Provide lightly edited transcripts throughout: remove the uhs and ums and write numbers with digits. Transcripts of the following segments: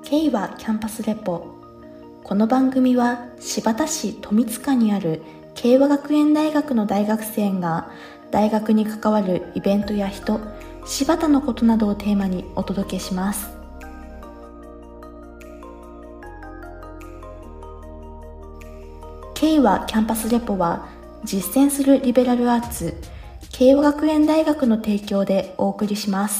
K はキャンパスレポ。この番組は新発田市富塚にある慶和学園大学の大学生が大学に関わるイベントや人、新発田のことなどをテーマにお届けします。K はキャンパスレポは実践するリベラルアーツ慶和学園大学の提供でお送りします。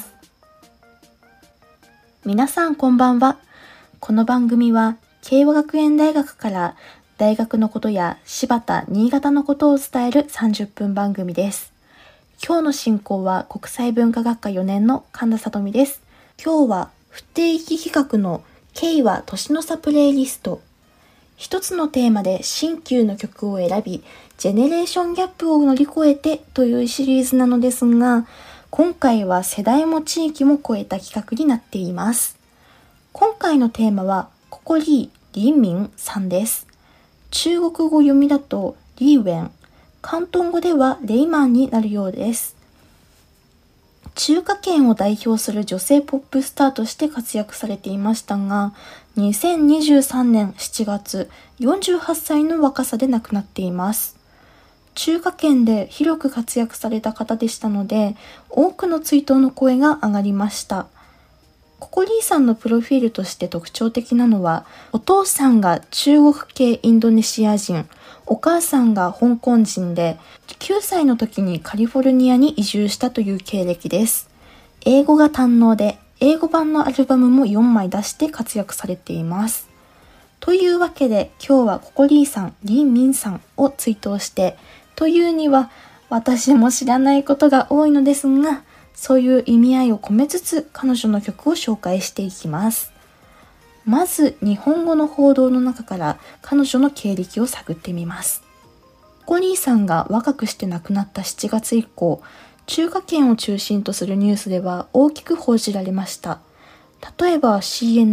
皆さんこんばんは。この番組は慶和学園大学から大学のことや新発田、新潟のことを伝える30分番組です。今日の進行は国際文化学科4年の神田さとみです。今日は不定期企画のKは年の差プレイリスト。一つのテーマで新旧の曲を選び、ジェネレーションギャップを乗り越えてというシリーズなのですが、今回は世代も地域も超えた企画になっています。今回のテーマはココリー・リーミンさんです。中国語読みだとリーウェン、広東語ではレイマンになるようです。中華圏を代表する女性ポップスターとして活躍されていましたが、2023年7月、48歳の若さで亡くなっています。中華圏で広く活躍された方でしたので、多くの追悼の声が上がりました。ココリーさんのプロフィールとして特徴的なのは、お父さんが中国系インドネシア人、お母さんが香港人で、9歳の時にカリフォルニアに移住したという経歴です。英語が堪能で、英語版のアルバムも4枚出して活躍されています。というわけで今日はココリーさん、リンミンさんを追悼して、というには私も知らないことが多いのですが、そういう意味合いを込めつつ彼女の曲を紹介していきます。まず日本語の報道の中から彼女の経歴を探ってみます。ココリーさんが若くして亡くなった7月以降、中華圏を中心とするニュースでは大きく報じられました。例えば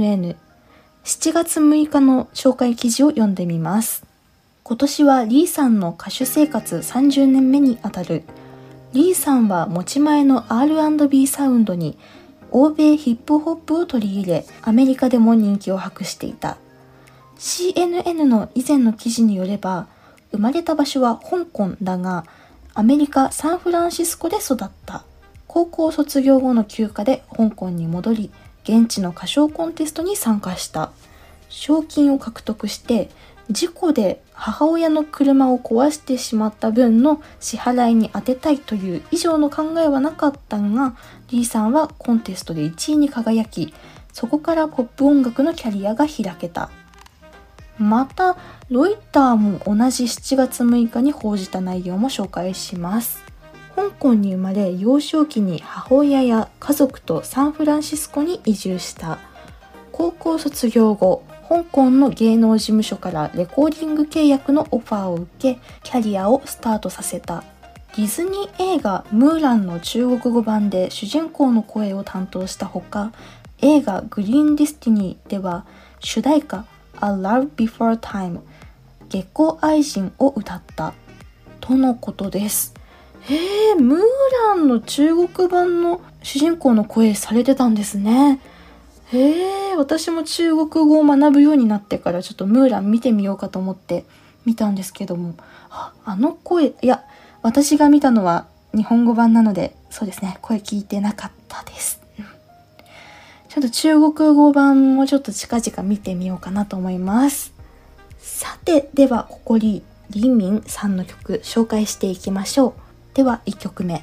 CNN、7月6日の紹介記事を読んでみます。今年はリーさんの歌手生活30年目にあたる。リーさんは持ち前の R&B サウンドに欧米ヒップホップを取り入れ、アメリカでも人気を博していた。CNN の以前の記事によれば、生まれた場所は香港だが、アメリカ・サンフランシスコで育った。高校卒業後の休暇で香港に戻り、現地の歌唱コンテストに参加した。賞金を獲得して、事故で母親の車を壊してしまった分の支払いに充てたいという以上の考えはなかったが、リーさんはコンテストで1位に輝き、そこからポップ音楽のキャリアが開けた。また、ロイターも同じ7月6日に報じた内容も紹介します。香港に生まれ、幼少期に母親や家族とサンフランシスコに移住した。高校卒業後、香港の芸能事務所からレコーディング契約のオファーを受け、キャリアをスタートさせた。ディズニー映画ムーランの中国語版で主人公の声を担当したほか、映画グリーンディスティニーでは主題歌 A Love Before Time 月光愛人を歌ったとのことです。ムーランの中国版の主人公の声されてたんですね。私も中国語を学ぶようになってからちょっとムーラン見てみようかと思って見たんですけども、あの声、私が見たのは日本語版なので、そうですね、声聞いてなかったです。ちょっと中国語版もちょっと近々見てみようかなと思います。さて、ではここにリーミンさんの曲紹介していきましょう。では1曲目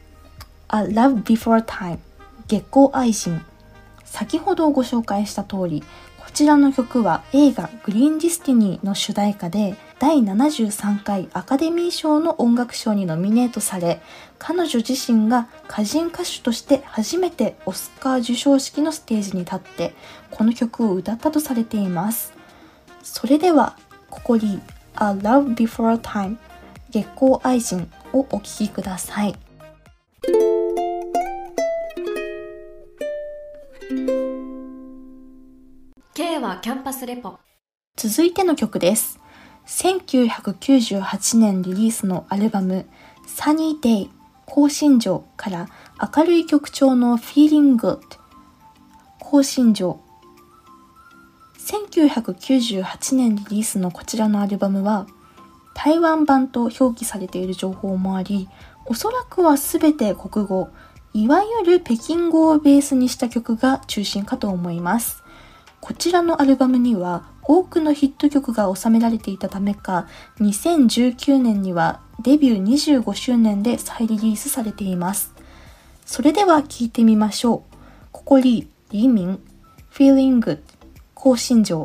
A Love Before Time 月光愛人。先ほどご紹介した通り、こちらの曲は映画グリーンディスティニーの主題歌で第73回アカデミー賞の音楽賞にノミネートされ、彼女自身が歌人歌手として初めてオスカー授賞式のステージに立ってこの曲を歌ったとされています。それではここに A Love Before Time 月光愛人をお聴きください。 K はキャンパスレポ。 続いての曲です。1998年リリースのアルバム Sunny Day 高心情から明るい曲調の Feeling Good 高心情 1998年リリースのこちらのアルバムは台湾版と表記されている情報もあり、おそらくは全て国語、いわゆる北京語をベースにした曲が中心かと思います。こちらのアルバムには多くのヒット曲が収められていたためか、2019年にはデビュー25周年で再リリースされています。それでは聴いてみましょう。ココリ、リーミン、Feeling Good、高心情。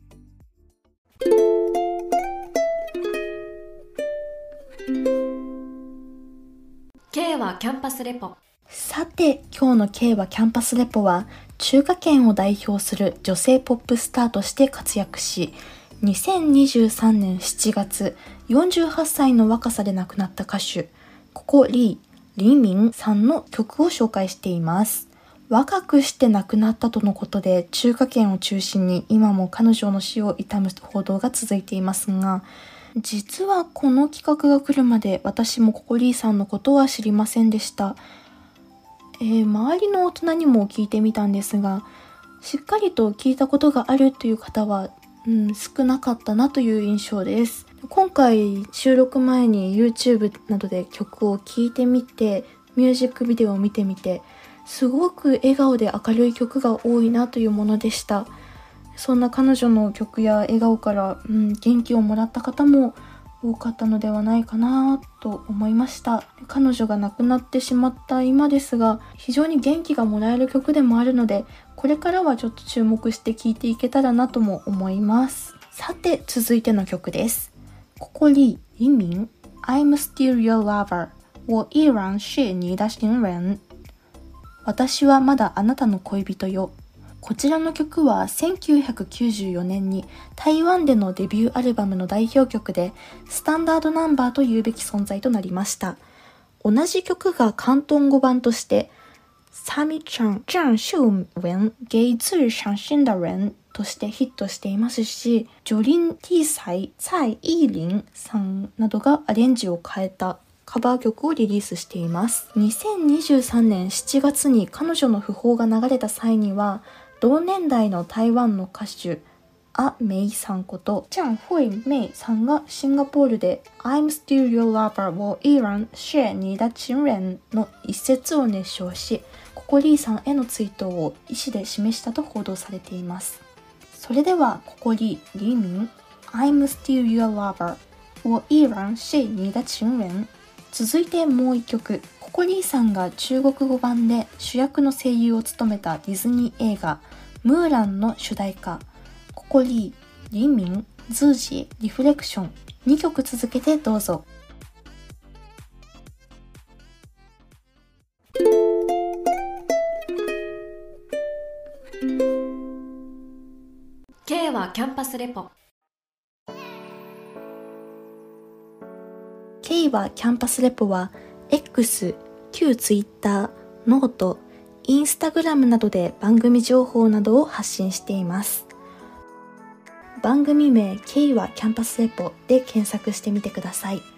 K はキャンパスレポ。 さて、今日の K はキャンパスレポは、中華圏を代表する女性ポップスターとして活躍し、2023年7月、48歳の若さで亡くなった歌手、ココリー・リーミンさんの曲を紹介しています。若くして亡くなったとのことで、中華圏を中心に今も彼女の死を悼む報道が続いていますが、実はこの企画が来るまで私もココリーさんのことは知りませんでした。周りの大人にも聞いてみたんですが、しっかりと聞いたことがあるという方は、少なかったなという印象です。今回収録前に YouTube などで曲を聴いてみて、ミュージックビデオを見てみて、すごく笑顔で明るい曲が多いなというものでした。そんな彼女の曲や笑顔から、元気をもらった方も多かったのではないかなと思いました。彼女が亡くなってしまった今ですが、非常に元気がもらえる曲でもあるので、これからはちょっと注目して聴いていけたらなとも思います。さて、続いての曲です。ココリ、リミン、I'm Still Your Lover、我依然是你的情人。私はまだあなたの恋人よ。こちらの曲は1994年に台湾でのデビューアルバムの代表曲で、スタンダードナンバーと言うべき存在となりました。同じ曲が広東語版としてサミちゃん、郑秀文、给自相信的人としてヒットしていますし、ジョリン・ティーサイ、蔡依林さんなどがアレンジを変えたカバー曲をリリースしています。2023年7月に彼女の訃報が流れた際には、同年代の台湾の歌手ア・メイさんことジャン・ホイ・メイさんがシンガポールで I'm still your lover 我依然是你的情人の一節を熱唱し、ココリーさんへの追悼を意思で示したと報道されています。それではココリー、リーミン I'm still your lover 我依然是你的情人。続いてもう一曲、ココリーさんが中国語版で主役の声優を務めたディズニー映画ムーランの主題歌、ココリー、リーミン、ズージー、リフレクション、2曲続けてどうぞ。 K はキャンパスレポ。 K はキャンパスレポは X、旧 Twitter、ノート、インスタグラムなどで番組情報などを発信しています。番組名 K はキャンパスレポで検索してみてください。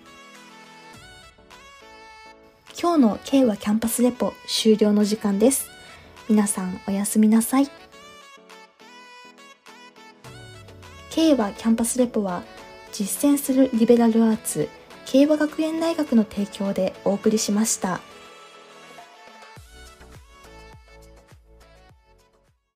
今日の K はキャンパスレポ終了の時間です。皆さんおやすみなさい。K はキャンパスレポは実践するリベラルアーツ慶和学園大学の提供でお送りしました。